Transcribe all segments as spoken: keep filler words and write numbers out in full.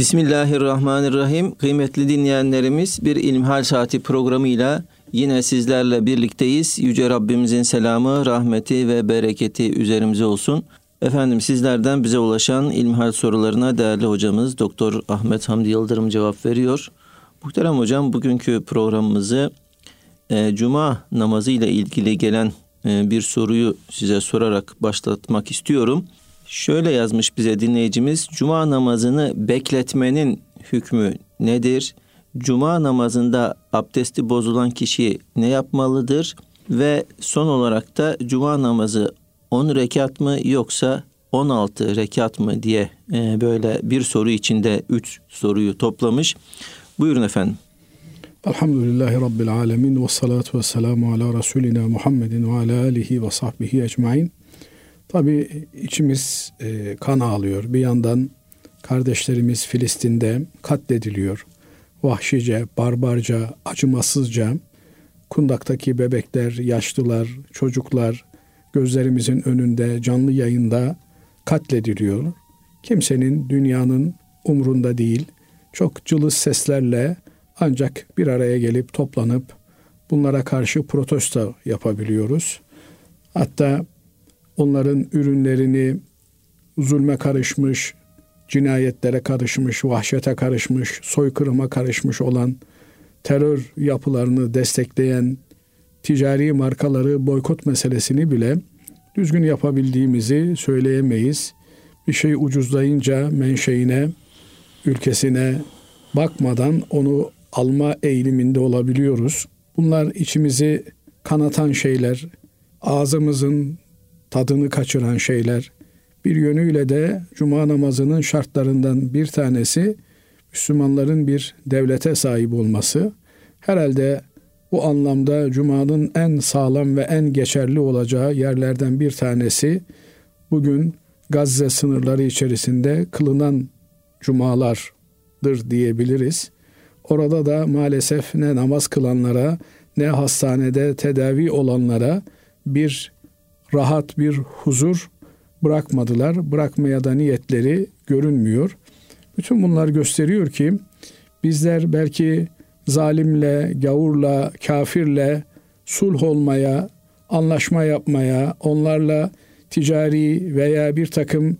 Bismillahirrahmanirrahim. Kıymetli dinleyenlerimiz, bir İlmihal Saati programıyla yine sizlerle birlikteyiz. Yüce Rabbimizin selamı, rahmeti ve bereketi üzerimize olsun. Efendim, sizlerden bize ulaşan İlmihal sorularına değerli hocamız Doktor Ahmet Hamdi Yıldırım cevap veriyor. Muhterem hocam, bugünkü programımızı e, Cuma namazı ile ilgili gelen e, bir soruyu size sorarak başlatmak istiyorum. Şöyle yazmış bize dinleyicimiz: Cuma namazını bekletmenin hükmü nedir? Cuma namazında abdesti bozulan kişi ne yapmalıdır? Ve son olarak da Cuma namazı on rekat mı yoksa on altı rekat mı diye e, böyle bir soru içinde üç soruyu toplamış. Buyurun efendim. Elhamdülillahi Rabbil alemin ve salatu ve selamu ala Resulina Muhammedin ve ala alihi ve sahbihi ecmain. Tabii içimiz e, kan ağlıyor. Bir yandan kardeşlerimiz Filistin'de katlediliyor. Vahşice, barbarca, acımasızca kundaktaki bebekler, yaşlılar, çocuklar gözlerimizin önünde canlı yayında katlediliyor. Kimsenin, dünyanın umrunda değil. Çok cılız seslerle ancak bir araya gelip toplanıp bunlara karşı protesto yapabiliyoruz. Hatta onların ürünlerini zulme karışmış, cinayetlere karışmış, vahşete karışmış, soykırıma karışmış olan terör yapılarını destekleyen ticari markaları boykot meselesini bile düzgün yapabildiğimizi söyleyemeyiz. Bir şey ucuzlayınca menşeine, ülkesine bakmadan onu alma eğiliminde olabiliyoruz. Bunlar içimizi kanatan şeyler, ağzımızın tadını kaçıran şeyler. Bir yönüyle de Cuma namazının şartlarından bir tanesi Müslümanların bir devlete sahip olması. Herhalde bu anlamda Cuma'nın en sağlam ve en geçerli olacağı yerlerden bir tanesi bugün Gazze sınırları içerisinde kılınan cumalardır diyebiliriz. Orada da maalesef ne namaz kılanlara ne hastanede tedavi olanlara bir rahat, bir huzur bırakmadılar. Bırakmaya da niyetleri görünmüyor. Bütün bunlar gösteriyor ki bizler belki zalimle, gavurla, kafirle sulh olmaya, anlaşma yapmaya, onlarla ticari veya bir takım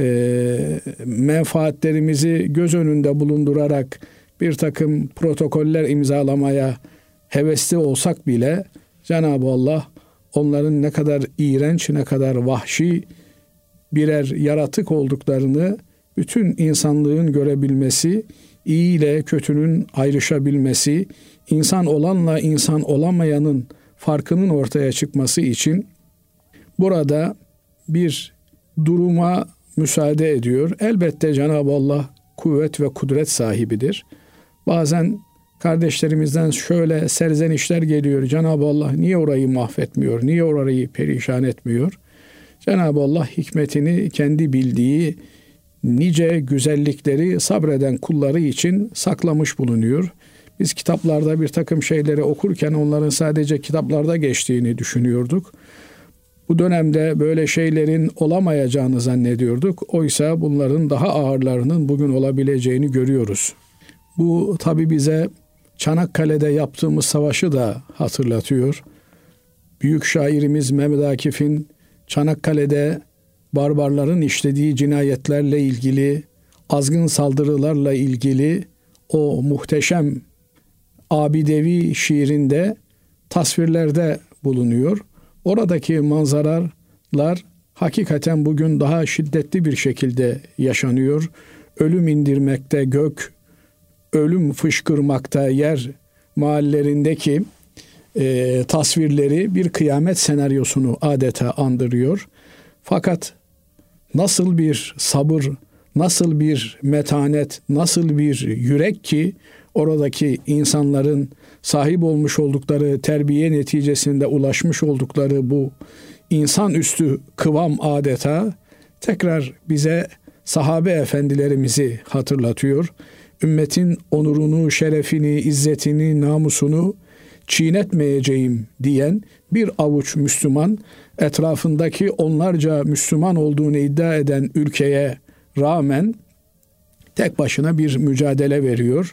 e, menfaatlerimizi göz önünde bulundurarak bir takım protokoller imzalamaya hevesli olsak bile Cenab-ı Allah onların ne kadar iğrenç, ne kadar vahşi birer yaratık olduklarını bütün insanlığın görebilmesi, iyi ile kötünün ayrışabilmesi, insan olanla insan olamayanın farkının ortaya çıkması için burada bir duruma müsaade ediyor. Elbette Cenab-ı Allah kuvvet ve kudret sahibidir. Bazen kardeşlerimizden şöyle serzenişler geliyor. Cenab-ı Allah niye orayı mahvetmiyor? Niye orayı perişan etmiyor? Cenab-ı Allah hikmetini kendi bildiği nice güzellikleri sabreden kulları için saklamış bulunuyor. Biz kitaplarda bir takım şeyleri okurken onların sadece kitaplarda geçtiğini düşünüyorduk. Bu dönemde böyle şeylerin olamayacağını zannediyorduk. Oysa bunların daha ağırlarının bugün olabileceğini görüyoruz. Bu tabii bize Çanakkale'de yaptığımız savaşı da hatırlatıyor. Büyük şairimiz Mehmet Akif'in Çanakkale'de barbarların işlediği cinayetlerle ilgili, azgın saldırılarla ilgili o muhteşem abidevi şiirinde tasvirlerde bulunuyor. Oradaki manzaralar hakikaten bugün daha şiddetli bir şekilde yaşanıyor. Ölüm indirmekte gök, ölüm fışkırmakta yer mahallelerindeki e, tasvirleri bir kıyamet senaryosunu adeta andırıyor. Fakat nasıl bir sabır, nasıl bir metanet, nasıl bir yürek ki oradaki insanların sahip olmuş oldukları terbiye neticesinde ulaşmış oldukları bu insanüstü kıvam adeta tekrar bize sahabe efendilerimizi hatırlatıyor. Ümmetin onurunu, şerefini, izzetini, namusunu çiğnetmeyeceğim diyen bir avuç Müslüman, etrafındaki onlarca Müslüman olduğunu iddia eden ülkeye rağmen tek başına bir mücadele veriyor.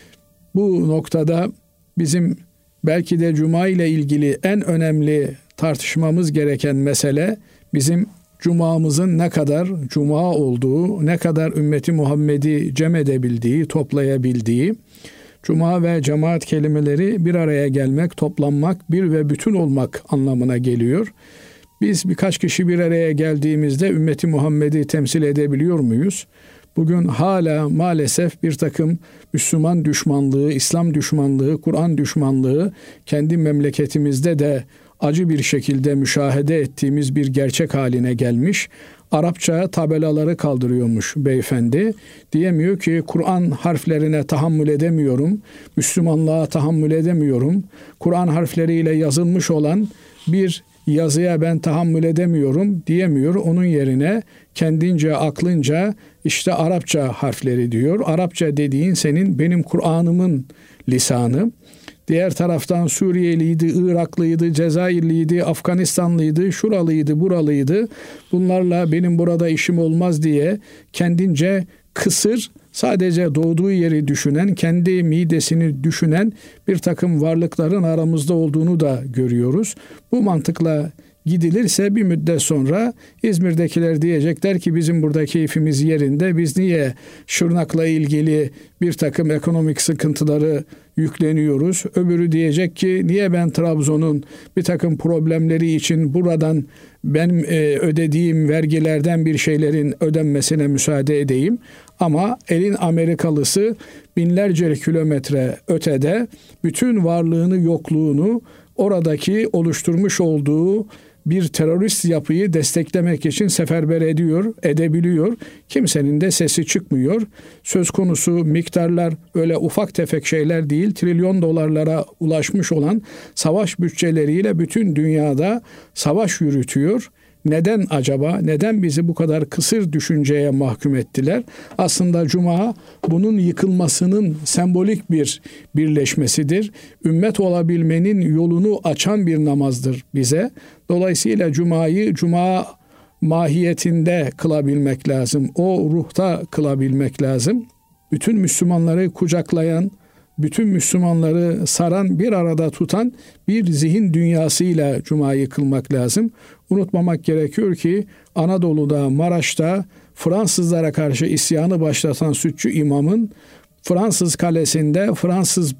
Bu noktada bizim belki de Cuma ile ilgili en önemli tartışmamız gereken mesele bizim Cuma'mızın ne kadar Cuma olduğu, ne kadar ümmeti Muhammed'i cem edebildiği, toplayabildiği. Cuma ve cemaat kelimeleri bir araya gelmek, toplanmak, bir ve bütün olmak anlamına geliyor. Biz birkaç kişi bir araya geldiğimizde ümmeti Muhammed'i temsil edebiliyor muyuz? Bugün hala maalesef bir takım Müslüman düşmanlığı, İslam düşmanlığı, Kur'an düşmanlığı kendi memleketimizde de acı bir şekilde müşahede ettiğimiz bir gerçek haline gelmiş. Arapça tabelaları kaldırıyormuş beyefendi. Diyemiyor ki Kur'an harflerine tahammül edemiyorum, Müslümanlığa tahammül edemiyorum. Kur'an harfleriyle yazılmış olan bir yazıya ben tahammül edemiyorum diyemiyor. Onun yerine kendince, aklınca işte Arapça harfleri diyor. Arapça dediğin senin benim Kur'an'ımın lisanı. Diğer taraftan Suriyeliydi, Iraklıydı, Cezayirliydi, Afganistanlıydı, şuralıydı, buralıydı. Bunlarla benim burada işim olmaz diye kendince kısır, sadece doğduğu yeri düşünen, kendi midesini düşünen bir takım varlıkların aramızda olduğunu da görüyoruz. Bu mantıkla gidilirse bir müddet sonra İzmir'dekiler diyecekler ki bizim burada keyfimiz yerinde. Biz niye Şırnak'la ilgili bir takım ekonomik sıkıntıları yükleniyoruz? Öbürü diyecek ki niye ben Trabzon'un bir takım problemleri için buradan benim e, ödediğim vergilerden bir şeylerin ödenmesine müsaade edeyim? Ama elin Amerikalısı binlerce kilometre ötede bütün varlığını, yokluğunu oradaki oluşturmuş olduğu bir terörist yapıyı desteklemek için seferber ediyor, edebiliyor. Kimsenin de sesi çıkmıyor. Söz konusu miktarlar öyle ufak tefek şeyler değil. Trilyon dolarlara ulaşmış olan savaş bütçeleriyle bütün dünyada savaş yürütüyor. Neden acaba? Neden bizi bu kadar kısır düşünceye mahkum ettiler? Aslında Cuma bunun yıkılmasının sembolik bir birleşmesidir. Ümmet olabilmenin yolunu açan bir namazdır bize. Dolayısıyla Cuma'yı Cuma mahiyetinde kılabilmek lazım. O ruhta kılabilmek lazım. Bütün Müslümanları kucaklayan, bütün Müslümanları saran, bir arada tutan bir zihin dünyasıyla Cuma'yı kılmak lazım. Unutmamak gerekiyor ki Anadolu'da, Maraş'ta Fransızlara karşı isyanı başlatan Sütçü imamın Fransız kalesinde, Fransız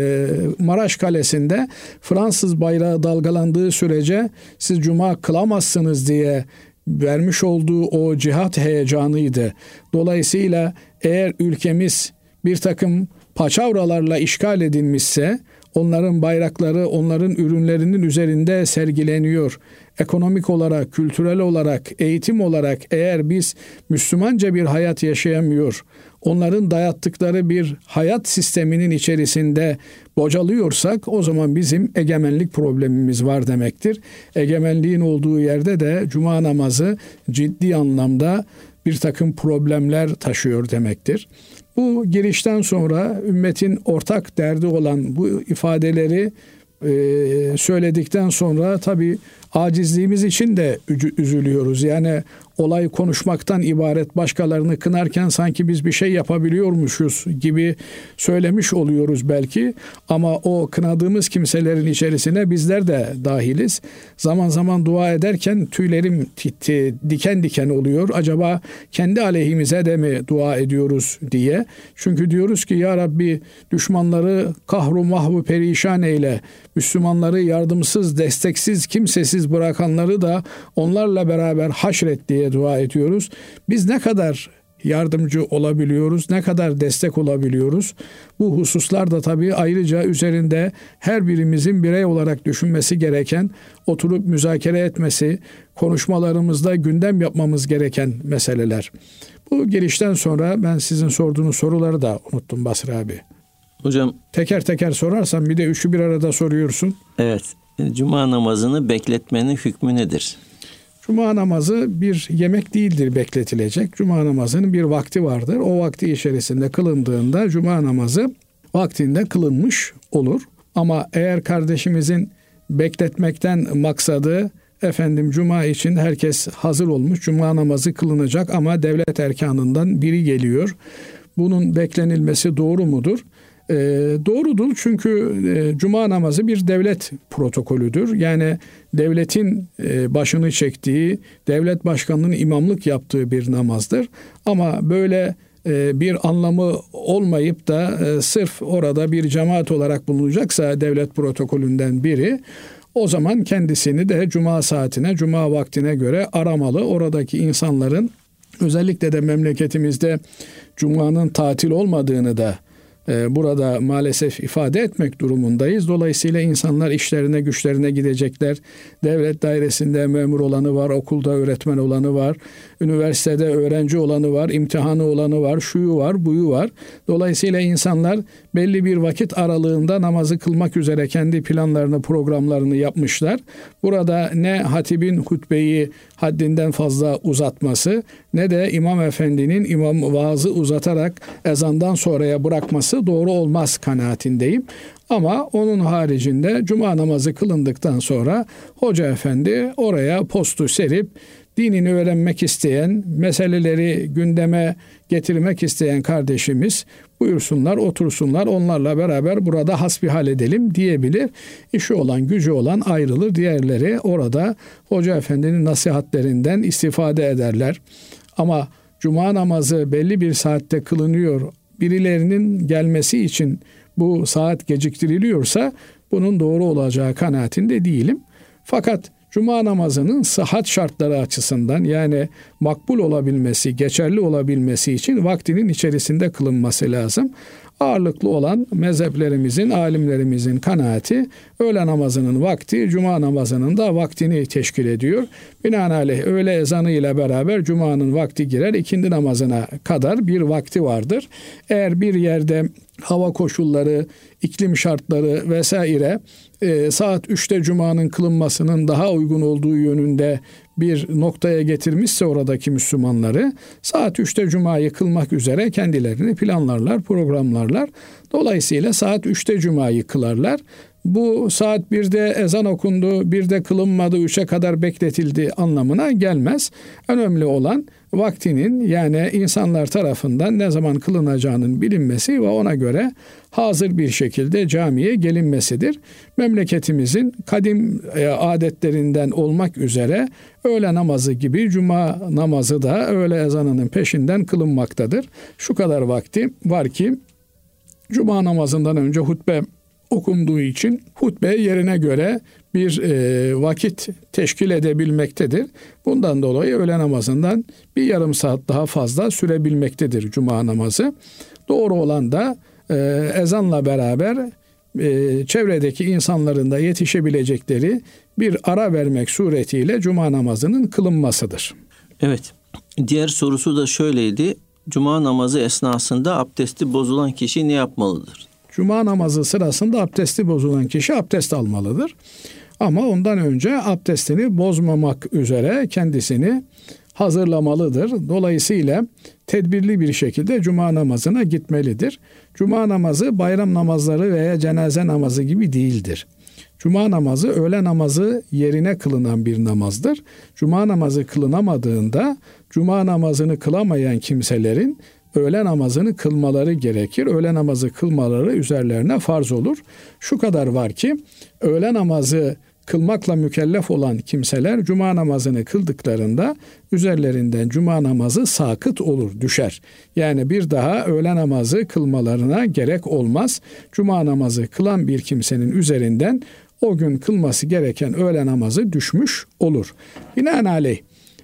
Maraş kalesinde Fransız bayrağı dalgalandığı sürece siz Cuma kılamazsınız diye vermiş olduğu o cihat heyecanıydı. Dolayısıyla eğer ülkemiz bir takım paçavralarla işgal edilmişse, onların bayrakları, onların ürünlerinin üzerinde sergileniyor. Ekonomik olarak, kültürel olarak, eğitim olarak eğer biz Müslümanca bir hayat yaşayamıyor, onların dayattıkları bir hayat sisteminin içerisinde bocalıyorsak, o zaman bizim egemenlik problemimiz var demektir. Egemenliğin olduğu yerde de Cuma namazı ciddi anlamda bir takım problemler taşıyor demektir. Bu girişten sonra ümmetin ortak derdi olan bu ifadeleri e, söyledikten sonra tabii acizliğimiz için de üzülüyoruz. Yani olay konuşmaktan ibaret, başkalarını kınarken sanki biz bir şey yapabiliyormuşuz gibi söylemiş oluyoruz belki. Ama o kınadığımız kimselerin içerisine bizler de dahiliz. Zaman zaman dua ederken tüylerim titti, diken diken oluyor. Acaba kendi aleyhimize de mi dua ediyoruz diye. Çünkü diyoruz ki ya Rabbi düşmanları kahru mahvu perişan eyle. Müslümanları yardımsız, desteksiz, kimsesiz bırakanları da onlarla beraber haşret diye dua ediyoruz. Biz ne kadar yardımcı olabiliyoruz, ne kadar destek olabiliyoruz? Bu hususlar da tabii ayrıca üzerinde her birimizin birey olarak düşünmesi gereken, oturup müzakere etmesi, konuşmalarımızda gündem yapmamız gereken meseleler. Bu girişten sonra ben sizin sorduğunuz soruları da unuttum Basri abi. Hocam teker teker sorarsan bir de üçü bir arada soruyorsun. Evet. Cuma namazını bekletmenin hükmü nedir? Cuma namazı bir yemek değildir bekletilecek. Cuma namazının bir vakti vardır. O vakti içerisinde kılındığında Cuma namazı vaktinde kılınmış olur. Ama eğer kardeşimizin bekletmekten maksadı efendim Cuma için herkes hazır olmuş, Cuma namazı kılınacak ama devlet erkanından biri geliyor. bunun beklenilmesi doğru mudur? E, doğrudur çünkü e, cuma namazı bir devlet protokolüdür. Yani devletin e, başını çektiği, devlet başkanının imamlık yaptığı bir namazdır. Ama böyle e, bir anlamı olmayıp da e, sırf orada bir cemaat olarak bulunacaksa devlet protokolünden biri, o zaman kendisini de cuma saatine, cuma vaktine göre aramalı. Oradaki insanların, özellikle de memleketimizde cumanın tatil olmadığını da burada maalesef ifade etmek durumundayız. Dolayısıyla insanlar işlerine güçlerine gidecekler. Devlet dairesinde memur olanı var, okulda öğretmen olanı var, üniversitede öğrenci olanı var, imtihanı olanı var, şuyu var, buyu var. Dolayısıyla insanlar belli bir vakit aralığında namazı kılmak üzere kendi planlarını, programlarını yapmışlar. Burada ne hatibin hutbeyi haddinden fazla uzatması, ne de imam efendinin imam vaazı uzatarak ezandan sonraya bırakması doğru olmaz kanaatindeyim. Ama onun haricinde cuma namazı kılındıktan sonra hoca efendi oraya postu serip dinini öğrenmek isteyen, meseleleri gündeme getirmek isteyen kardeşimiz buyursunlar, otursunlar, onlarla beraber burada hasbihal edelim diyebilir. İşi olan, gücü olan ayrılır. Diğerleri orada hoca efendinin nasihatlerinden istifade ederler. Ama cuma namazı belli bir saatte kılınıyor, birilerinin gelmesi için bu saat geciktiriliyorsa bunun doğru olacağı kanaatinde değilim. Fakat cuma namazının sıhhat şartları açısından, yani makbul olabilmesi, geçerli olabilmesi için vaktinin içerisinde kılınması lazım. Ağırlıklı olan mezheplerimizin, alimlerimizin kanaati öğle namazının vakti, cuma namazının da vaktini teşkil ediyor. Binaenaleyh öğle ezanı ile beraber cumanın vakti girer, ikindi namazına kadar bir vakti vardır. Eğer bir yerde hava koşulları, iklim şartları vesaire e, saat üçte cumanın kılınmasının daha uygun olduğu yönünde bir noktaya getirmişse oradaki Müslümanları, saat üçte cumayı kılmak üzere kendilerini planlarlar, programlarlar. Dolayısıyla saat üçte cumayı kılarlar. Bu saat birde ezan okundu, birde kılınmadı, üçe kadar bekletildi anlamına gelmez. Önemli olan vaktinin, yani insanlar tarafından ne zaman kılınacağının bilinmesi ve ona göre hazır bir şekilde camiye gelinmesidir. Memleketimizin kadim adetlerinden olmak üzere öğle namazı gibi cuma namazı da öğle ezanının peşinden kılınmaktadır. Şu kadar vakti var ki cuma namazından önce hutbe okunduğu için hutbe yerine göre bir e, vakit teşkil edebilmektedir. Bundan dolayı öğle namazından bir yarım saat daha fazla sürebilmektedir cuma namazı. Doğru olan da e, ezanla beraber e, çevredeki insanların da yetişebilecekleri bir ara vermek suretiyle cuma namazının kılınmasıdır. Evet. Diğer sorusu da şöyleydi. Cuma namazı esnasında abdesti bozulan kişi ne yapmalıdır? Cuma namazı sırasında abdesti bozulan kişi abdest almalıdır. Ama ondan önce abdestini bozmamak üzere kendisini hazırlamalıdır. Dolayısıyla tedbirli bir şekilde cuma namazına gitmelidir. Cuma namazı bayram namazları veya cenaze namazı gibi değildir. Cuma namazı öğle namazı yerine kılınan bir namazdır. Cuma namazı kılınamadığında cuma namazını kılamayan kimselerin öğle namazını kılmaları gerekir. Öğle namazı kılmaları üzerlerine farz olur. Şu kadar var ki öğle namazı kılmakla mükellef olan kimseler cuma namazını kıldıklarında üzerlerinden cuma namazı sakıt olur, düşer. Yani bir daha öğle namazı kılmalarına gerek olmaz. Cuma namazı kılan bir kimsenin üzerinden o gün kılması gereken öğle namazı düşmüş olur. Binaenaleyh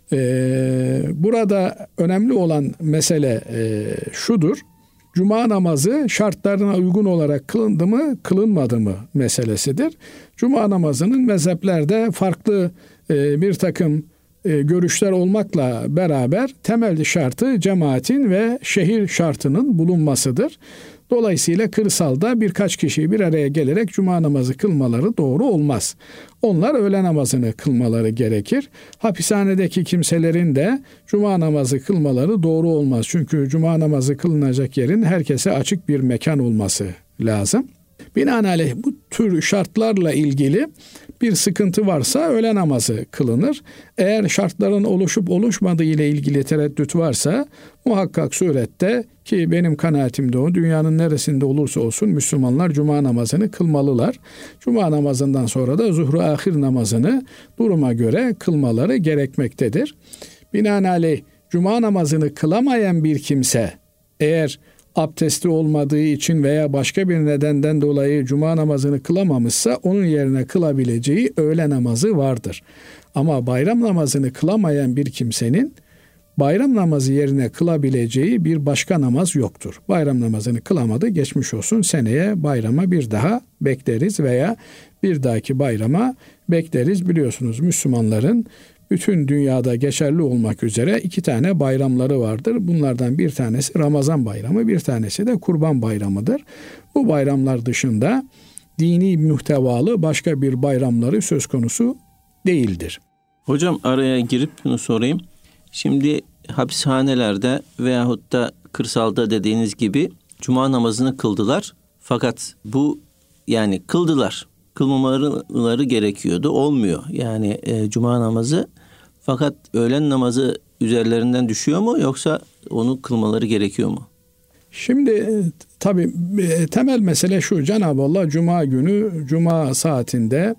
Ee, burada önemli olan mesele e, şudur. Cuma namazı şartlarına uygun olarak kılındı mı, kılınmadı mı meselesidir. Cuma namazının mezheplerde farklı e, bir takım e, görüşler olmakla beraber temel şartı cemaatin ve şehir şartının bulunmasıdır. Dolayısıyla kırsalda birkaç kişi bir araya gelerek cuma namazı kılmaları doğru olmaz. Onlar öğle namazını kılmaları gerekir. Hapishanedeki kimselerin de cuma namazı kılmaları doğru olmaz. Çünkü cuma namazı kılınacak yerin herkese açık bir mekan olması lazım. Binaenaleyh bu tür şartlarla ilgili bir sıkıntı varsa öğle namazı kılınır. Eğer şartların oluşup oluşmadığı ile ilgili tereddüt varsa muhakkak surette, ki benim kanaatimde o, dünyanın neresinde olursa olsun Müslümanlar cuma namazını kılmalılar. Cuma namazından sonra da zuhru ahir namazını duruma göre kılmaları gerekmektedir. Binaenaleyh cuma namazını kılamayan bir kimse eğer abdesti olmadığı için veya başka bir nedenden dolayı cuma namazını kılamamışsa onun yerine kılabileceği öğle namazı vardır. Ama bayram namazını kılamayan bir kimsenin bayram namazı yerine kılabileceği bir başka namaz yoktur. Bayram namazını kılamadı, geçmiş olsun, seneye bayrama bir daha bekleriz veya bir dahaki bayrama bekleriz. Biliyorsunuz Müslümanların bütün dünyada geçerli olmak üzere iki tane bayramları vardır. Bunlardan bir tanesi Ramazan bayramı, bir tanesi de Kurban bayramıdır. Bu bayramlar dışında dini muhtevalı başka bir bayramları söz konusu değildir. Hocam araya girip bunu sorayım. Şimdi hapishanelerde veyahut da kırsalda dediğiniz gibi cuma namazını kıldılar. Fakat bu yani kıldılar. Kılmamaları gerekiyordu. Olmuyor. Yani e, cuma namazı, fakat öğlen namazı üzerlerinden düşüyor mu, yoksa onu kılmaları gerekiyor mu? Şimdi tabii temel mesele şu: Cenab-ı Allah cuma günü cuma saatinde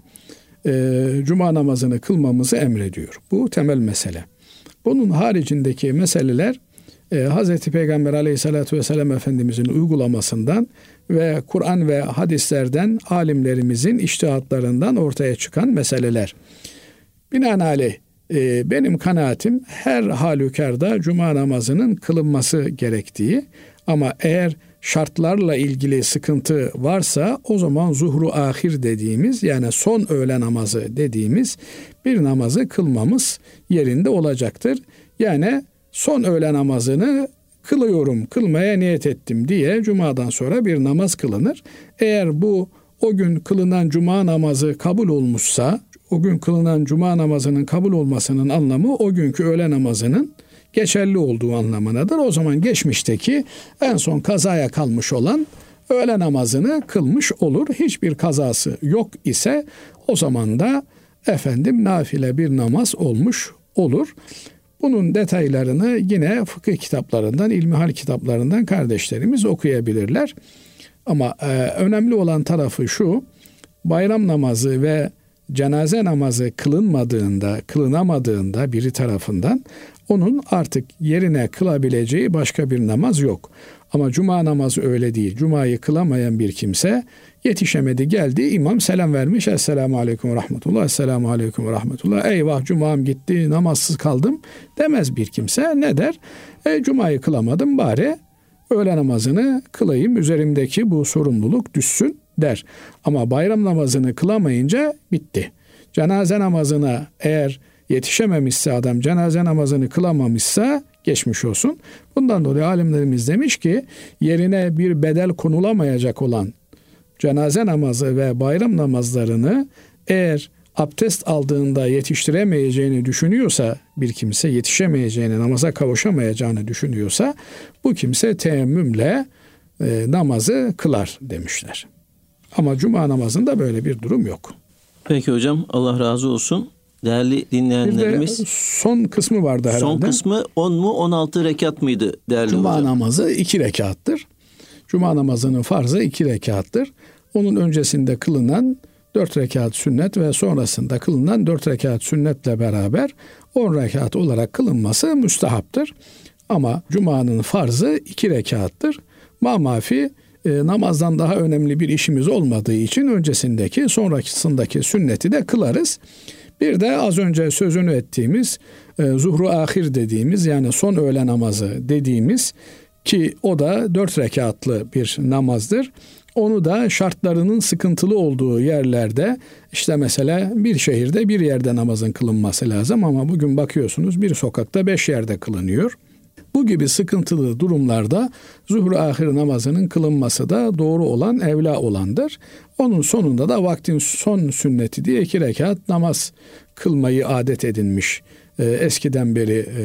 e, cuma namazını kılmamızı emrediyor. Bu temel mesele. Bunun haricindeki meseleler e, Hazreti Peygamber Aleyhisselatü Vesselam Efendimizin uygulamasından ve Kur'an ve hadislerden, alimlerimizin içtihatlarından ortaya çıkan meseleler. Binaenaleyh e, benim kanaatim her halükarda cuma namazının kılınması gerektiği, ama eğer şartlarla ilgili sıkıntı varsa o zaman zuhru ahir dediğimiz, yani son öğle namazı dediğimiz bir namazı kılmamız yerinde olacaktır. Yani son öğle namazını kılıyorum, kılmaya niyet ettim diye cumadan sonra bir namaz kılınır. Eğer bu o gün kılınan cuma namazı kabul olmuşsa, o gün kılınan cuma namazının kabul olmasının anlamı o günkü öğle namazının geçerli olduğu anlamındadır. O zaman geçmişteki en son kazaya kalmış olan öğle namazını kılmış olur. Hiçbir kazası yok ise o zaman da efendim nafile bir namaz olmuş olur. Bunun detaylarını yine fıkıh kitaplarından, ilmihal kitaplarından kardeşlerimiz okuyabilirler. Ama e, önemli olan tarafı şu: bayram namazı ve cenaze namazı kılınmadığında, kılınamadığında biri tarafından onun artık yerine kılabileceği başka bir namaz yok. Ama cuma namazı öyle değil. Cumayı kılamayan bir kimse yetişemedi, geldi, imam selam vermiş, Esselamu Aleyküm ve Rahmetullah, Esselamu Aleyküm ve Rahmetullah, eyvah cumam gitti, namazsız kaldım demez bir kimse. Ne der? E, cumayı kılamadım, bari öğle namazını kılayım, üzerimdeki bu sorumluluk düşsün der. Ama bayram namazını kılamayınca bitti. Cenaze namazına eğer yetişememişse adam, cenaze namazını kılamamışsa geçmiş olsun. Bundan dolayı alimlerimiz demiş ki yerine bir bedel konulamayacak olan cenaze namazı ve bayram namazlarını eğer abdest aldığında yetiştiremeyeceğini düşünüyorsa, bir kimse yetişemeyeceğini, namaza kavuşamayacağını düşünüyorsa bu kimse teyemmümle e, namazı kılar demişler. Ama cuma namazında böyle bir durum yok. Peki hocam, Allah razı olsun. Değerli dinleyenlerimiz. Bir de son kısmı vardı herhalde. Son kısmı on mu on altı rekat mıydı değerli Cuma hocam? Cuma namazı iki rekattır. Cuma namazının farzı iki rekattır. Onun öncesinde kılınan dört rekat sünnet ve sonrasında kılınan dört rekat sünnetle beraber on rekat olarak kılınması müstehaptır. Ama Cuma'nın farzı iki rekattır. Mamafi e, namazdan daha önemli bir işimiz olmadığı için öncesindeki, sonrasındaki sünneti de kılarız. Bir de az önce sözünü ettiğimiz e, zuhru ahir dediğimiz, yani son öğle namazı dediğimiz, ki o da dört rekatlı bir namazdır. Onu da şartlarının sıkıntılı olduğu yerlerde, işte mesela bir şehirde bir yerde namazın kılınması lazım ama bugün bakıyorsunuz bir sokakta beş yerde kılınıyor. Bu gibi sıkıntılı durumlarda zuhur ahir namazının kılınması da doğru olan, evla olandır. Onun sonunda da vaktin son sünneti diye iki rekat namaz kılmayı adet edinmiş e, eskiden beri e,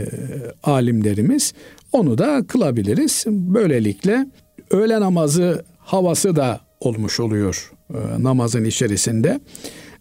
alimlerimiz. Onu da kılabiliriz. Böylelikle öğle namazı havası da olmuş oluyor e, namazın içerisinde.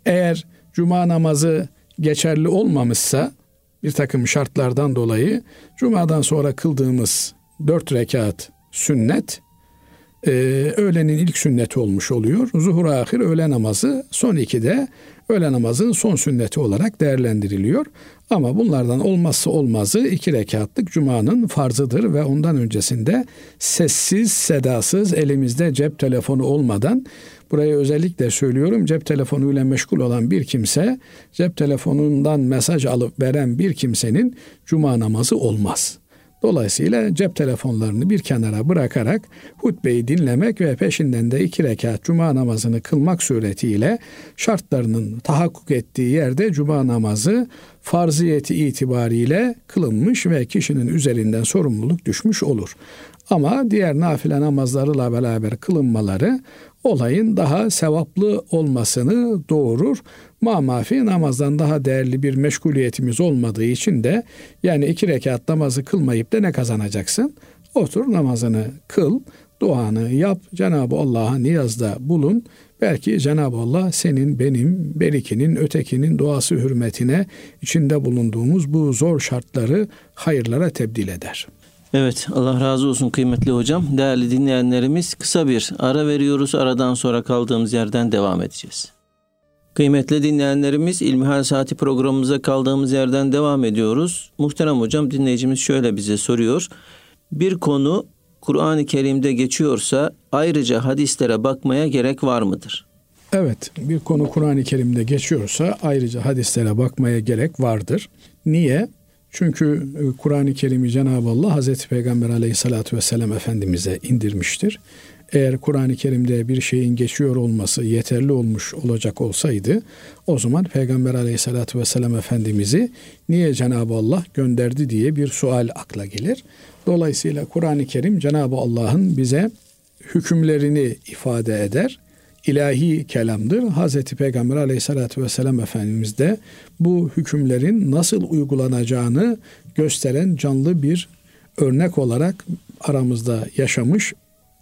Eğer cuma namazı geçerli olmamışsa bir takım şartlardan dolayı cumadan sonra kıldığımız dört rekat sünnet e, öğlenin ilk sünneti olmuş oluyor. Zuhur ahir öğle namazı son ikide öğle namazının son sünneti olarak değerlendiriliyor. Ama bunlardan olmazsa olmazı iki rekatlık cumanın farzıdır ve ondan öncesinde sessiz, sedasız, elimizde cep telefonu olmadan, burayı özellikle söylüyorum, cep telefonuyla meşgul olan bir kimse, cep telefonundan mesaj alıp veren bir kimsenin cuma namazı olmaz. Dolayısıyla cep telefonlarını bir kenara bırakarak hutbeyi dinlemek ve peşinden de iki rekat cuma namazını kılmak suretiyle şartlarının tahakkuk ettiği yerde cuma namazı farziyeti itibariyle kılınmış ve kişinin üzerinden sorumluluk düşmüş olur. Ama diğer nafile namazlarıyla beraber kılınmaları olayın daha sevaplı olmasını doğurur. Mamafi namazdan daha değerli bir meşguliyetimiz olmadığı için de yani iki rekat namazı kılmayıp da ne kazanacaksın? Otur namazını kıl, duanı yap, Cenab-ı Allah'a niyazda bulun. Belki Cenab-ı Allah senin, benim, berikinin, ötekinin duası hürmetine içinde bulunduğumuz bu zor şartları hayırlara tebdil eder. Evet, Allah razı olsun kıymetli hocam. Değerli dinleyenlerimiz, kısa bir ara veriyoruz. Aradan sonra kaldığımız yerden devam edeceğiz. Kıymetli dinleyenlerimiz, İlmihal Saati programımıza kaldığımız yerden devam ediyoruz. Muhterem hocam, dinleyicimiz şöyle bize soruyor. Bir konu Kur'an-ı Kerim'de geçiyorsa ayrıca hadislere bakmaya gerek var mıdır? Evet, bir konu Kur'an-ı Kerim'de geçiyorsa ayrıca hadislere bakmaya gerek vardır. Niye? Çünkü Kur'an-ı Kerim'i Cenab-ı Allah Hazreti Peygamber Aleyhisselatü Vesselam Efendimiz'e indirmiştir. Eğer Kur'an-ı Kerim'de bir şeyin geçiyor olması yeterli olmuş olacak olsaydı, o zaman Peygamber Aleyhisselatü Vesselam Efendimiz'i niye Cenab-ı Allah gönderdi diye bir sual akla gelir. Dolayısıyla Kur'an-ı Kerim Cenab-ı Allah'ın bize hükümlerini ifade eder. İlahi kelamdır. Hazreti Peygamber Aleyhisselatü Vesselam Efendimiz de bu hükümlerin nasıl uygulanacağını gösteren canlı bir örnek olarak aramızda yaşamış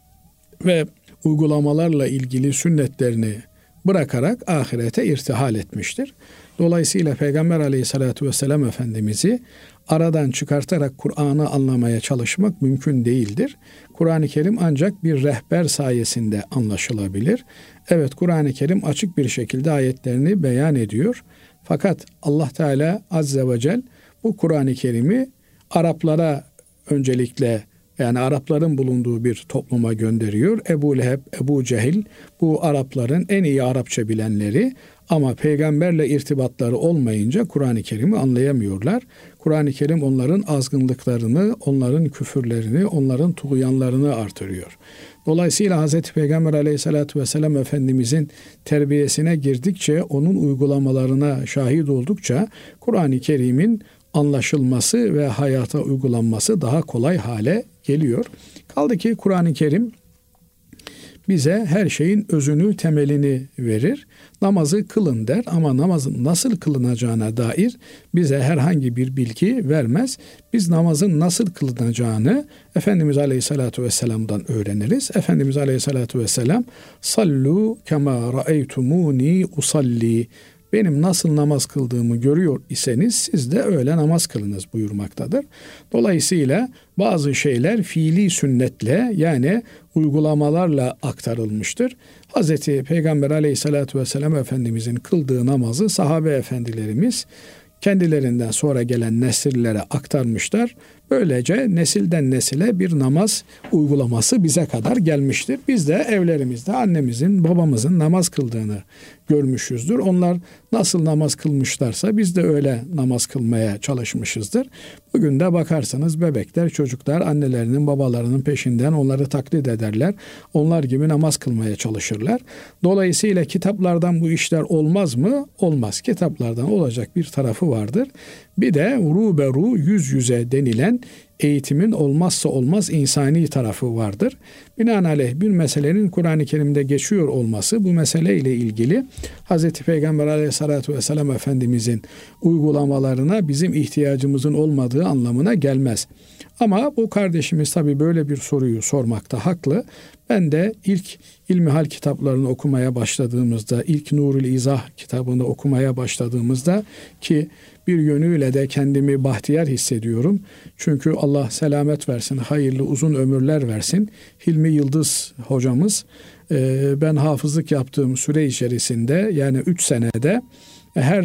ve uygulamalarla ilgili sünnetlerini bırakarak ahirete irtihal etmiştir. Dolayısıyla Peygamber Aleyhisselatü Vesselam Efendimiz'i aradan çıkartarak Kur'an'ı anlamaya çalışmak mümkün değildir. Kur'an-ı Kerim ancak bir rehber sayesinde anlaşılabilir. Evet, Kur'an-ı Kerim açık bir şekilde ayetlerini beyan ediyor. Fakat Allah Teala Azze ve Celle bu Kur'an-ı Kerim'i Araplara öncelikle, yani Arapların bulunduğu bir topluma gönderiyor. Ebu Leheb, Ebu Cehil bu Arapların en iyi Arapça bilenleri, ama peygamberle irtibatları olmayınca Kur'an-ı Kerim'i anlayamıyorlar. Kur'an-ı Kerim onların azgınlıklarını, onların küfürlerini, onların tuğyanlarını artırıyor. Dolayısıyla Hz. Peygamber Aleyhisselatü Vesselam Efendimizin terbiyesine girdikçe, onun uygulamalarına şahit oldukça Kur'an-ı Kerim'in anlaşılması ve hayata uygulanması daha kolay hale geliyor. Kaldı ki Kur'an-ı Kerim bize her şeyin özünü, temelini verir. Namazı kılın der ama namazın nasıl kılınacağına dair bize herhangi bir bilgi vermez. Biz namazın nasıl kılınacağını Efendimiz Aleyhisselatü Vesselam'dan öğreniriz. Efendimiz Aleyhisselatü Vesselam sallu kema ra'eytumuni usalli, benim nasıl namaz kıldığımı görüyor iseniz siz de öyle namaz kılınız buyurmaktadır. Dolayısıyla bazı şeyler fiili sünnetle, yani uygulamalarla aktarılmıştır. Hazreti Peygamber Aleyhisselatü Vesselam Efendimizin kıldığı namazı sahabe efendilerimiz kendilerinden sonra gelen nesillere aktarmışlar. Böylece nesilden nesile bir namaz uygulaması bize kadar gelmiştir. Biz de evlerimizde annemizin, babamızın namaz kıldığını görmüşüzdür. Onlar nasıl namaz kılmışlarsa biz de öyle namaz kılmaya çalışmışızdır. Bugün de bakarsanız bebekler, çocuklar annelerinin, babalarının peşinden onları taklit ederler. Onlar gibi namaz kılmaya çalışırlar. Dolayısıyla kitaplardan bu işler olmaz mı? Olmaz. Kitaplardan olacak bir tarafı vardır. Bir de ruberu, yüz yüze denilen eğitimin olmazsa olmaz insani tarafı vardır. Binaenaleyh bir meselenin Kur'an-ı Kerim'de geçiyor olması bu meseleyle ilgili Hz. Peygamber Aleyhisselatü Vesselam Efendimizin uygulamalarına bizim ihtiyacımızın olmadığı anlamına gelmez. Ama bu kardeşimiz tabii böyle bir soruyu sormakta haklı. Ben de ilk ilmihal kitaplarını okumaya başladığımızda, ilk Nurul İzah kitabını okumaya başladığımızda ki bir yönüyle de kendimi bahtiyar hissediyorum. Çünkü Allah selamet versin, hayırlı uzun ömürler versin. Hilmi Yıldız hocamız, ben hafızlık yaptığım süre içerisinde yani üç senede her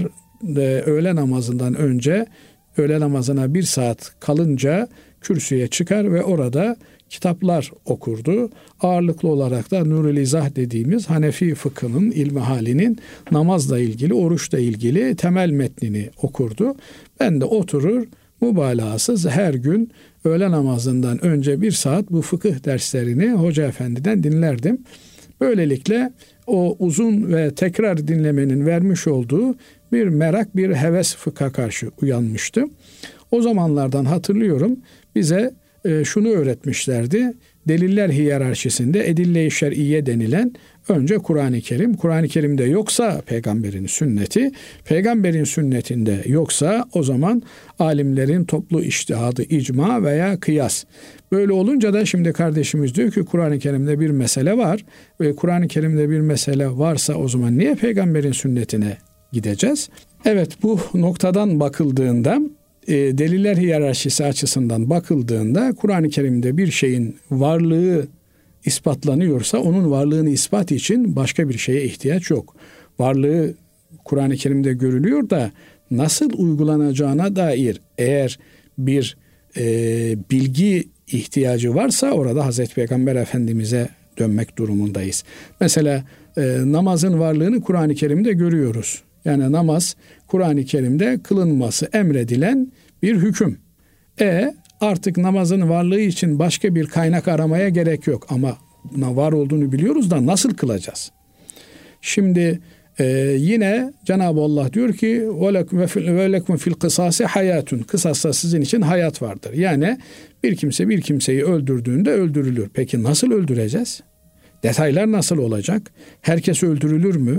öğle namazından önce öğle namazına bir saat kalınca kürsüye çıkar ve orada kitaplar okurdu. Ağırlıklı olarak da Nurul İzah dediğimiz Hanefi fıkhının ilmihalinin namazla ilgili, oruçla ilgili temel metnini okurdu. Ben de oturur mübalağasız her gün öğle namazından önce bir saat bu fıkıh derslerini Hoca Efendi'den dinlerdim. Böylelikle o uzun ve tekrar dinlemenin vermiş olduğu bir merak, bir heves fıkha karşı uyanmıştı. O zamanlardan hatırlıyorum bize e, şunu öğretmişlerdi. Deliller hiyerarşisinde edille-i şer'iyye denilen önce Kur'an-ı Kerim, Kur'an-ı Kerim'de yoksa peygamberin sünneti, peygamberin sünnetinde yoksa o zaman alimlerin toplu içtihadı, icma veya kıyas. Böyle olunca da şimdi kardeşimiz diyor ki Kur'an-ı Kerim'de bir mesele var ve Kur'an-ı Kerim'de bir mesele varsa o zaman niye peygamberin sünnetine gideceğiz? Evet, bu noktadan bakıldığında e, deliller hiyerarşisi açısından bakıldığında Kur'an-ı Kerim'de bir şeyin varlığı ispatlanıyorsa onun varlığını ispat için başka bir şeye ihtiyaç yok. Varlığı Kur'an-ı Kerim'de görülüyor da nasıl uygulanacağına dair eğer bir e, bilgi ihtiyacı varsa orada Hazreti Peygamber Efendimiz'e dönmek durumundayız. Mesela e, namazın varlığını Kur'an-ı Kerim'de görüyoruz. Yani namaz Kur'an-ı Kerim'de kılınması emredilen bir hüküm. E artık namazın varlığı için başka bir kaynak aramaya gerek yok. Ama var olduğunu biliyoruz da nasıl kılacağız? Şimdi e, yine Cenab-ı Allah diyor ki وَلَكُمْ فِي الْقِصَاسِ hayatun. Kısasta sizin için hayat vardır. Yani bir kimse bir kimseyi öldürdüğünde öldürülür. Peki nasıl öldüreceğiz? Detaylar nasıl olacak? Herkes öldürülür mü?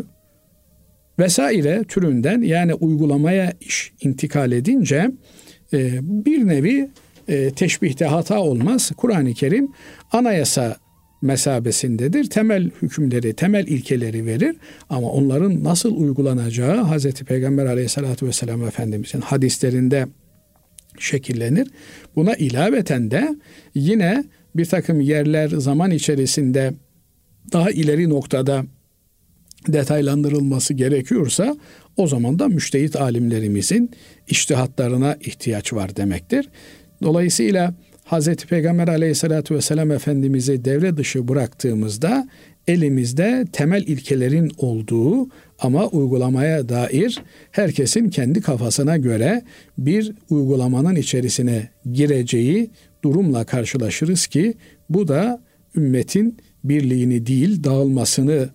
Vesaire türünden yani uygulamaya iş intikal edince e, bir nevi e, teşbihte hata olmaz. Kur'an-ı Kerim anayasa mesabesindedir. Temel hükümleri, temel ilkeleri verir. Ama onların nasıl uygulanacağı Hazreti Peygamber Aleyhisselatü Vesselam Efendimizin hadislerinde şekillenir. Buna ilaveten de yine bir takım yerler zaman içerisinde daha ileri noktada detaylandırılması gerekiyorsa o zaman da müştehit alimlerimizin içtihatlarına ihtiyaç var demektir. Dolayısıyla Hazreti Peygamber Aleyhisselatü Vesselam Efendimiz'i devre dışı bıraktığımızda elimizde temel ilkelerin olduğu ama uygulamaya dair herkesin kendi kafasına göre bir uygulamanın içerisine gireceği durumla karşılaşırız ki bu da ümmetin birliğini değil dağılmasını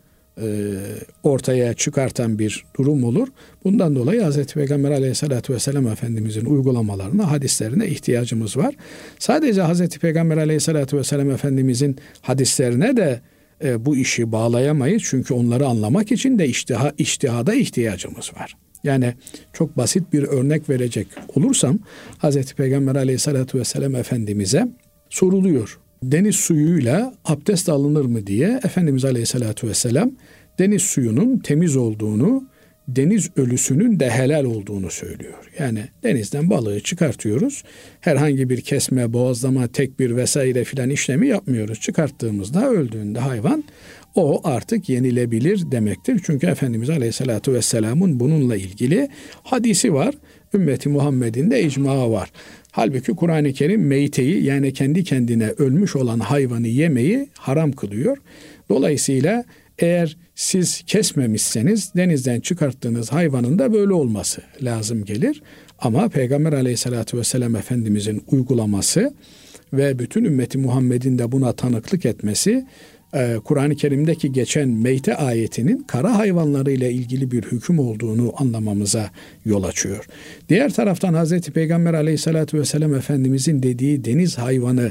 ortaya çıkartan bir durum olur. Bundan dolayı Hazreti Peygamber Aleyhisselatü Vesselam Efendimizin uygulamalarına, hadislerine ihtiyacımız var. Sadece Hazreti Peygamber Aleyhisselatü Vesselam Efendimizin hadislerine de e, bu işi bağlayamayız. Çünkü onları anlamak için de iştiha, iştihada ihtiyacımız var. Yani çok basit bir örnek verecek olursam Hazreti Peygamber Aleyhisselatü Vesselam Efendimiz'e soruluyor. Deniz suyuyla abdest alınır mı diye Efendimiz Aleyhisselatü Vesselam deniz suyunun temiz olduğunu, deniz ölüsünün de helal olduğunu söylüyor. Yani denizden balığı çıkartıyoruz. Herhangi bir kesme, boğazlama, tekbir vesaire filan işlemi yapmıyoruz. Çıkarttığımızda öldüğünde hayvan o artık yenilebilir demektir. Çünkü Efendimiz Aleyhisselatü Vesselam'ın bununla ilgili hadisi var. Ümmeti Muhammed'in de icma var. Halbuki Kur'an-ı Kerim meyteyi yani kendi kendine ölmüş olan hayvanı yemeyi haram kılıyor. Dolayısıyla eğer siz kesmemişseniz denizden çıkarttığınız hayvanın da böyle olması lazım gelir. Ama Peygamber Aleyhisselatü Vesselam Efendimizin uygulaması ve bütün ümmeti Muhammed'in de buna tanıklık etmesi Kur'an-ı Kerim'deki geçen meyte ayetinin kara hayvanları ile ilgili bir hüküm olduğunu anlamamıza yol açıyor. Diğer taraftan Hazreti Peygamber Aleyhisselatü Vesselam Efendimizin dediği deniz hayvanı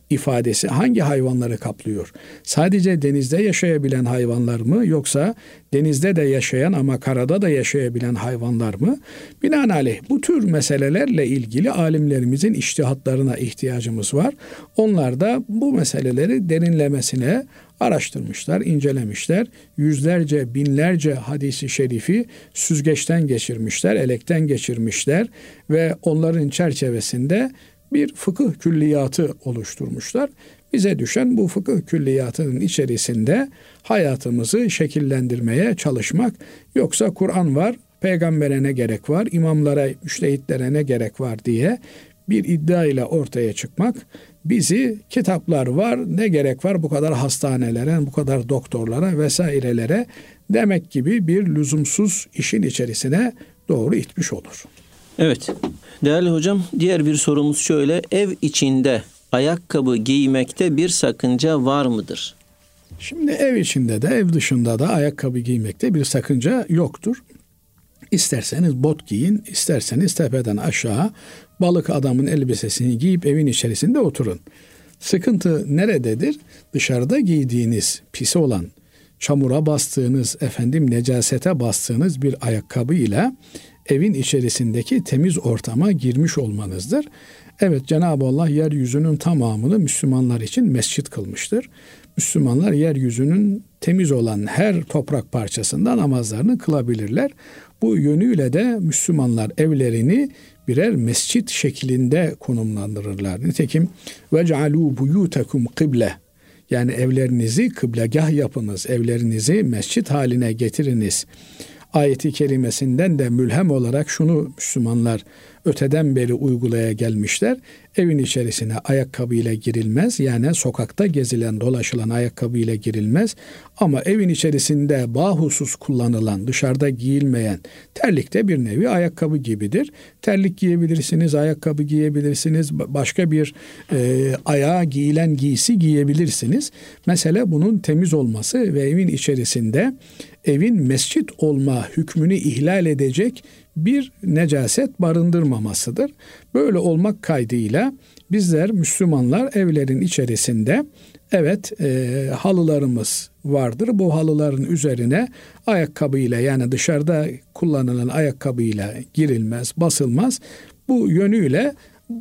ifadesi hangi hayvanları kaplıyor? Sadece denizde yaşayabilen hayvanlar mı, yoksa denizde de yaşayan ama karada da yaşayabilen hayvanlar mı? Binaenaleyh bu tür meselelerle ilgili alimlerimizin içtihatlarına ihtiyacımız var. Onlar da bu meseleleri derinlemesine araştırmışlar, incelemişler. Yüzlerce, binlerce hadisi şerifi süzgeçten geçirmişler, elekten geçirmişler ve onların çerçevesinde bir fıkıh külliyatı oluşturmuşlar. Bize düşen bu fıkıh külliyatının içerisinde hayatımızı şekillendirmeye çalışmak. Yoksa Kur'an var, peygambere ne gerek var, imamlara, müştehitlere ne gerek var diye bir iddia ile ortaya çıkmak, bizi kitaplar var, ne gerek var bu kadar hastanelere, bu kadar doktorlara vesairelere demek gibi bir lüzumsuz işin içerisine doğru itmiş olur. Evet, değerli hocam, diğer bir sorumuz şöyle: ev içinde ayakkabı giymekte bir sakınca var mıdır? Şimdi ev içinde de ev dışında da ayakkabı giymekte bir sakınca yoktur. İsterseniz bot giyin, isterseniz tepeden aşağı balık adamın elbisesini giyip evin içerisinde oturun. Sıkıntı nerededir? Dışarıda giydiğiniz, pisi olan, çamura bastığınız, efendim necasete bastığınız bir ayakkabıyla evin içerisindeki temiz ortama girmiş olmanızdır. Evet, Cenab-ı Allah yeryüzünün tamamını Müslümanlar için mescit kılmıştır. Müslümanlar yeryüzünün temiz olan her toprak parçasında namazlarını kılabilirler. Bu yönüyle de Müslümanlar evlerini birer mescit şeklinde konumlandırırlar. Nitekim وَجْعَلُوا بُيُوتَكُمْ قِبْلَةً, yani evlerinizi kıblegah yapınız, evlerinizi mescit haline getiriniz ayeti kerimesinden de mülhem olarak şunu Müslümanlar öteden beri uygulaya gelmişler. Evin içerisine ayakkabıyla girilmez. Yani sokakta gezilen, dolaşılan ayakkabıyla girilmez. Ama evin içerisinde bahusus kullanılan, dışarıda giyilmeyen terlik de bir nevi ayakkabı gibidir. Terlik giyebilirsiniz, ayakkabı giyebilirsiniz, başka bir e, ayağa giyilen giysi giyebilirsiniz. Mesele bunun temiz olması ve evin içerisinde evin mescit olma hükmünü ihlal edecek bir necaset barındırmamasıdır. Böyle olmak kaydıyla bizler Müslümanlar evlerin içerisinde evet e, halılarımız vardır. Bu halıların üzerine ayakkabıyla, yani dışarıda kullanılan ayakkabıyla girilmez, basılmaz. Bu yönüyle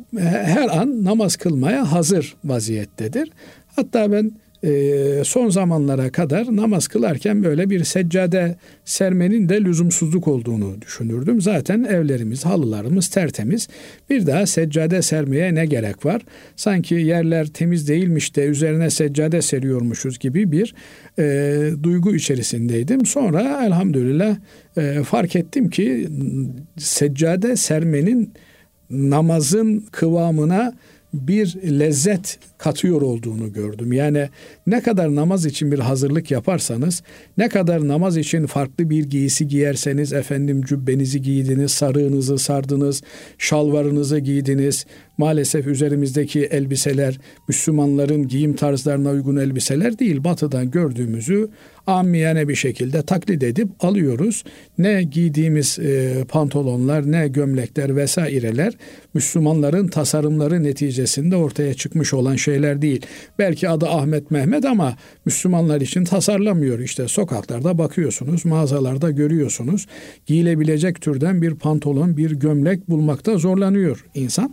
her an namaz kılmaya hazır vaziyettedir. Hatta ben Ee, son zamanlara kadar namaz kılarken böyle bir seccade sermenin de lüzumsuzluk olduğunu düşünürdüm. Zaten evlerimiz, halılarımız tertemiz. Bir daha seccade sermeye ne gerek var? Sanki yerler temiz değilmiş de üzerine seccade seriyormuşuz gibi bir e, duygu içerisindeydim. Sonra elhamdülillah e, fark ettim ki seccade sermenin namazın kıvamına bir lezzet katıyor olduğunu gördüm. Yani ne kadar namaz için bir hazırlık yaparsanız, ne kadar namaz için farklı bir giysi giyerseniz, efendim cübbenizi giydiniz, sarığınızı sardınız, şalvarınızı giydiniz. Maalesef üzerimizdeki elbiseler Müslümanların giyim tarzlarına uygun elbiseler değil. Batı'dan gördüğümüzü amiyane bir şekilde taklit edip alıyoruz. Ne giydiğimiz e, pantolonlar, ne gömlekler vesaireler Müslümanların tasarımları neticesinde ortaya çıkmış olan şeyler değil. Belki adı Ahmet Mehmet ama Müslümanlar için tasarlamıyor. İşte sokaklarda bakıyorsunuz, mağazalarda görüyorsunuz. Giyilebilecek türden bir pantolon, bir gömlek bulmakta zorlanıyor insan.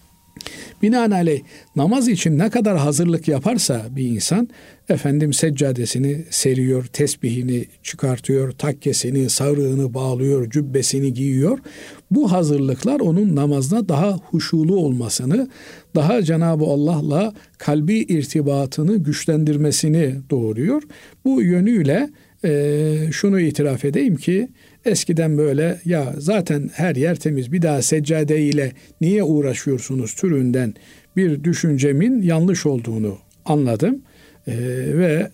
Binaenaleyh namaz için ne kadar hazırlık yaparsa bir insan, efendim seccadesini seriyor, tesbihini çıkartıyor, takkesini, sarığını bağlıyor, cübbesini giyiyor. Bu hazırlıklar onun namazda daha huşulu olmasını, daha Cenab-ı Allah'la kalbi irtibatını güçlendirmesini doğuruyor. Bu yönüyle e, şunu itiraf edeyim ki, eskiden böyle ya zaten her yer temiz, bir daha seccade ile niye uğraşıyorsunuz türünden bir düşüncemin yanlış olduğunu anladım. Ee, ve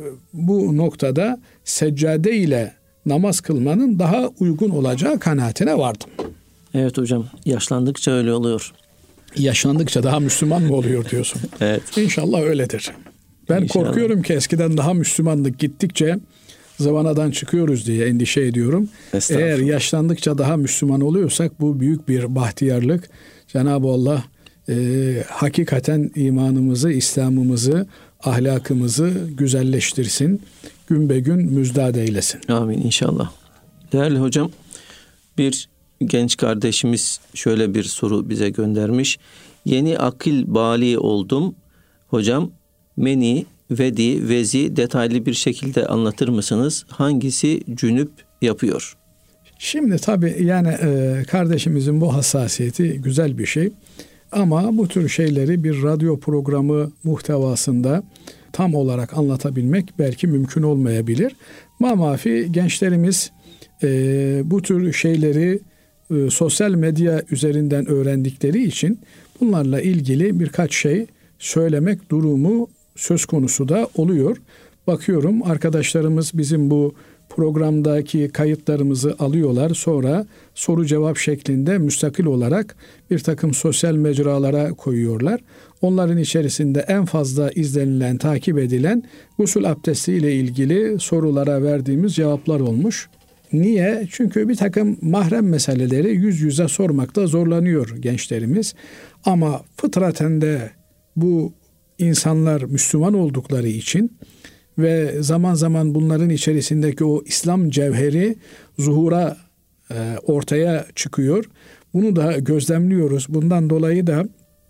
bu noktada seccade ile namaz kılmanın daha uygun olacağı kanaatine vardım. Evet hocam, yaşlandıkça öyle oluyor. Yaşlandıkça daha Müslüman mı oluyor diyorsun? Evet. İnşallah öyledir. Ben İnşallah. korkuyorum ki eskiden daha Müslümanlık gittikçe zıvanadan çıkıyoruz diye endişe ediyorum. Eğer yaşlandıkça daha Müslüman oluyorsak bu büyük bir bahtiyarlık. Cenab-ı Allah e, hakikaten imanımızı, İslam'ımızı, ahlakımızı güzelleştirsin. Gün be gün müjdat eylesin. Amin inşallah. Değerli hocam, bir genç kardeşimiz şöyle bir soru bize göndermiş. Yeni akil bali oldum. Hocam, meni, vedi, vezi detaylı bir şekilde anlatır mısınız? Hangisi cünüp yapıyor? Şimdi tabii yani e, kardeşimizin bu hassasiyeti güzel bir şey. Ama bu tür şeyleri bir radyo programı muhtevasında tam olarak anlatabilmek belki mümkün olmayabilir. Mamafi gençlerimiz e, bu tür şeyleri e, sosyal medya üzerinden öğrendikleri için bunlarla ilgili birkaç şey söylemek durumu söz konusu da oluyor. Bakıyorum arkadaşlarımız bizim bu programdaki kayıtlarımızı alıyorlar. Sonra soru cevap şeklinde müstakil olarak bir takım sosyal mecralara koyuyorlar. Onların içerisinde en fazla izlenilen, takip edilen gusül abdesti ile ilgili sorulara verdiğimiz cevaplar olmuş. Niye? Çünkü bir takım mahrem meseleleri yüz yüze sormakta zorlanıyor gençlerimiz. Ama fıtraten de bu insanlar Müslüman oldukları için ve zaman zaman bunların içerisindeki o İslam cevheri zuhura, e, ortaya çıkıyor. Bunu da gözlemliyoruz. Bundan dolayı da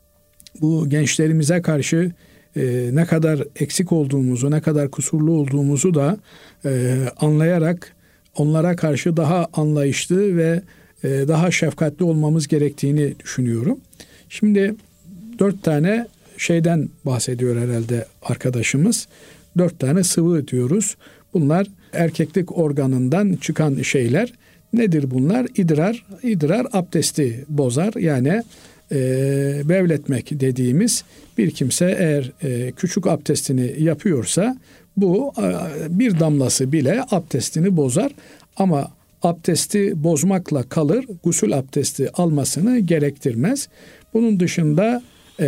bu gençlerimize karşı e, ne kadar eksik olduğumuzu, ne kadar kusurlu olduğumuzu da e, anlayarak onlara karşı daha anlayışlı ve e, daha şefkatli olmamız gerektiğini düşünüyorum. Şimdi dört tane şeyden bahsediyor herhalde arkadaşımız. Dört tane sıvı diyoruz. Bunlar erkeklik organından çıkan şeyler. Nedir bunlar? İdrar. İdrar abdesti bozar. Yani e, bevletmek dediğimiz bir kimse eğer e, küçük abdestini yapıyorsa bu e, bir damlası bile abdestini bozar. Ama abdesti bozmakla kalır. Gusül abdesti almasını gerektirmez. Bunun dışında e,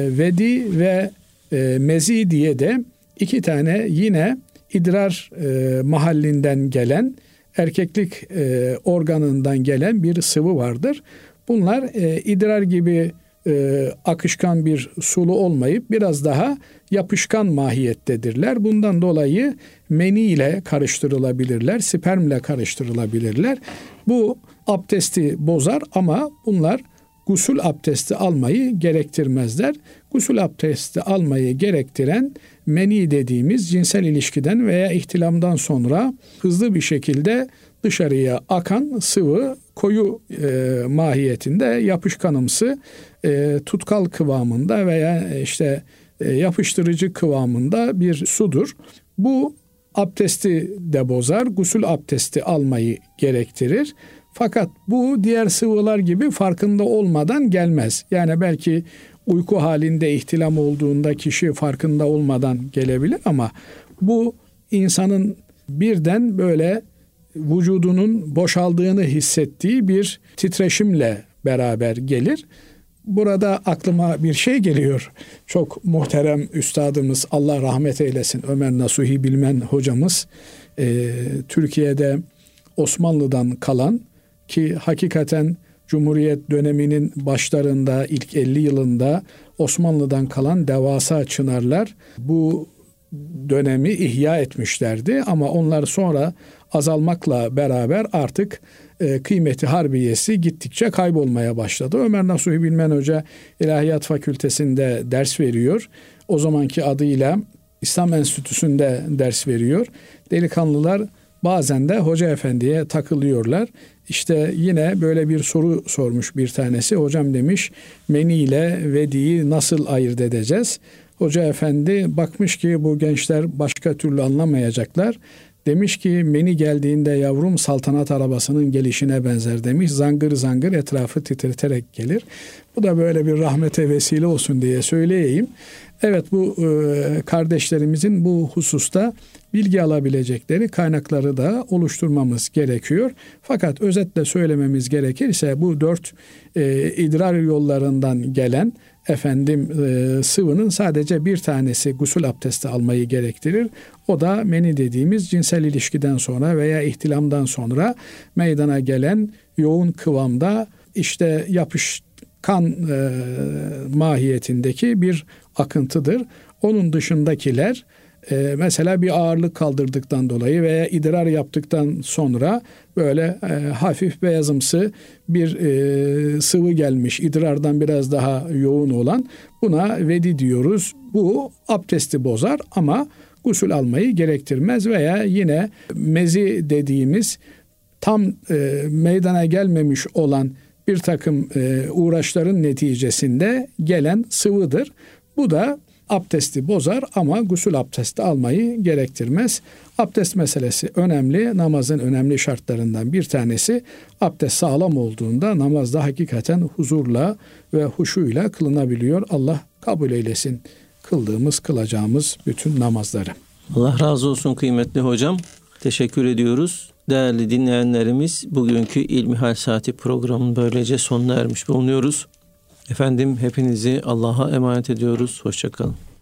vedi ve e, mezi diye de İki tane yine idrar e, mahallinden gelen, erkeklik e, organından gelen bir sıvı vardır. Bunlar e, idrar gibi e, akışkan bir sulu olmayıp biraz daha yapışkan mahiyettedirler. Bundan dolayı meni ile karıştırılabilirler, spermle karıştırılabilirler. Bu abdesti bozar ama bunlar gusül abdesti almayı gerektirmezler. Gusül abdesti almayı gerektiren meni dediğimiz cinsel ilişkiden veya ihtilamdan sonra hızlı bir şekilde dışarıya akan sıvı, koyu e, mahiyetinde yapışkanımsı e, tutkal kıvamında veya işte e, yapıştırıcı kıvamında bir sudur. Bu abdesti de bozar, gusül abdesti almayı gerektirir. Fakat bu diğer sıvılar gibi farkında olmadan gelmez. Yani belki uyku halinde ihtilam olduğunda kişi farkında olmadan gelebilir ama bu insanın birden böyle vücudunun boşaldığını hissettiği bir titreşimle beraber gelir. Burada aklıma bir şey geliyor. Çok muhterem üstadımız, Allah rahmet eylesin, Ömer Nasuhi Bilmen hocamız, e, Türkiye'de Osmanlı'dan kalan ki hakikaten Cumhuriyet döneminin başlarında ilk elli yılında Osmanlı'dan kalan devasa çınarlar bu dönemi ihya etmişlerdi ama onlar sonra azalmakla beraber artık e, kıymeti harbiyesi gittikçe kaybolmaya başladı. Ömer Nasuhi Bilmen Hoca İlahiyat Fakültesi'nde ders veriyor. O zamanki adıyla İslam Enstitüsü'nde ders veriyor. Delikanlılar bazen de hoca efendiye takılıyorlar. İşte yine böyle bir soru sormuş bir tanesi. Hocam demiş, meni ile vediyi nasıl ayırt edeceğiz? Hoca efendi bakmış ki bu gençler başka türlü anlamayacaklar. Demiş ki meni geldiğinde yavrum saltanat arabasının gelişine benzer demiş. Zangır zangır etrafı titreterek gelir. Bu da böyle bir rahmete vesile olsun diye söyleyeyim. Evet, bu e, kardeşlerimizin bu hususta bilgi alabilecekleri kaynakları da oluşturmamız gerekiyor. Fakat özetle söylememiz gerekirse bu dört e, idrar yollarından gelen efendim e, sıvının sadece bir tanesi gusül abdesti almayı gerektirir. O da meni dediğimiz cinsel ilişkiden sonra veya ihtilamdan sonra meydana gelen yoğun kıvamda işte yapış kan e, mahiyetindeki bir akıntıdır. Onun dışındakiler e, mesela bir ağırlık kaldırdıktan dolayı veya idrar yaptıktan sonra böyle e, hafif beyazımsı bir e, sıvı gelmiş, idrardan biraz daha yoğun olan, buna vedi diyoruz. Bu abdesti bozar ama gusül almayı gerektirmez. Veya yine mezi dediğimiz tam e, meydana gelmemiş olan bir takım e, uğraşların neticesinde gelen sıvıdır. Bu da abdesti bozar ama gusül abdesti almayı gerektirmez. Abdest meselesi önemli. Namazın önemli şartlarından bir tanesi. Abdest sağlam olduğunda namazda hakikaten huzurla ve huşuyla kılınabiliyor. Allah kabul eylesin kıldığımız, kılacağımız bütün namazları. Allah razı olsun kıymetli hocam. Teşekkür ediyoruz. Değerli dinleyenlerimiz, bugünkü İlmihal Saati programının böylece sonuna ermiş bulunuyoruz. Efendim hepinizi Allah'a emanet ediyoruz. Hoşça kalın.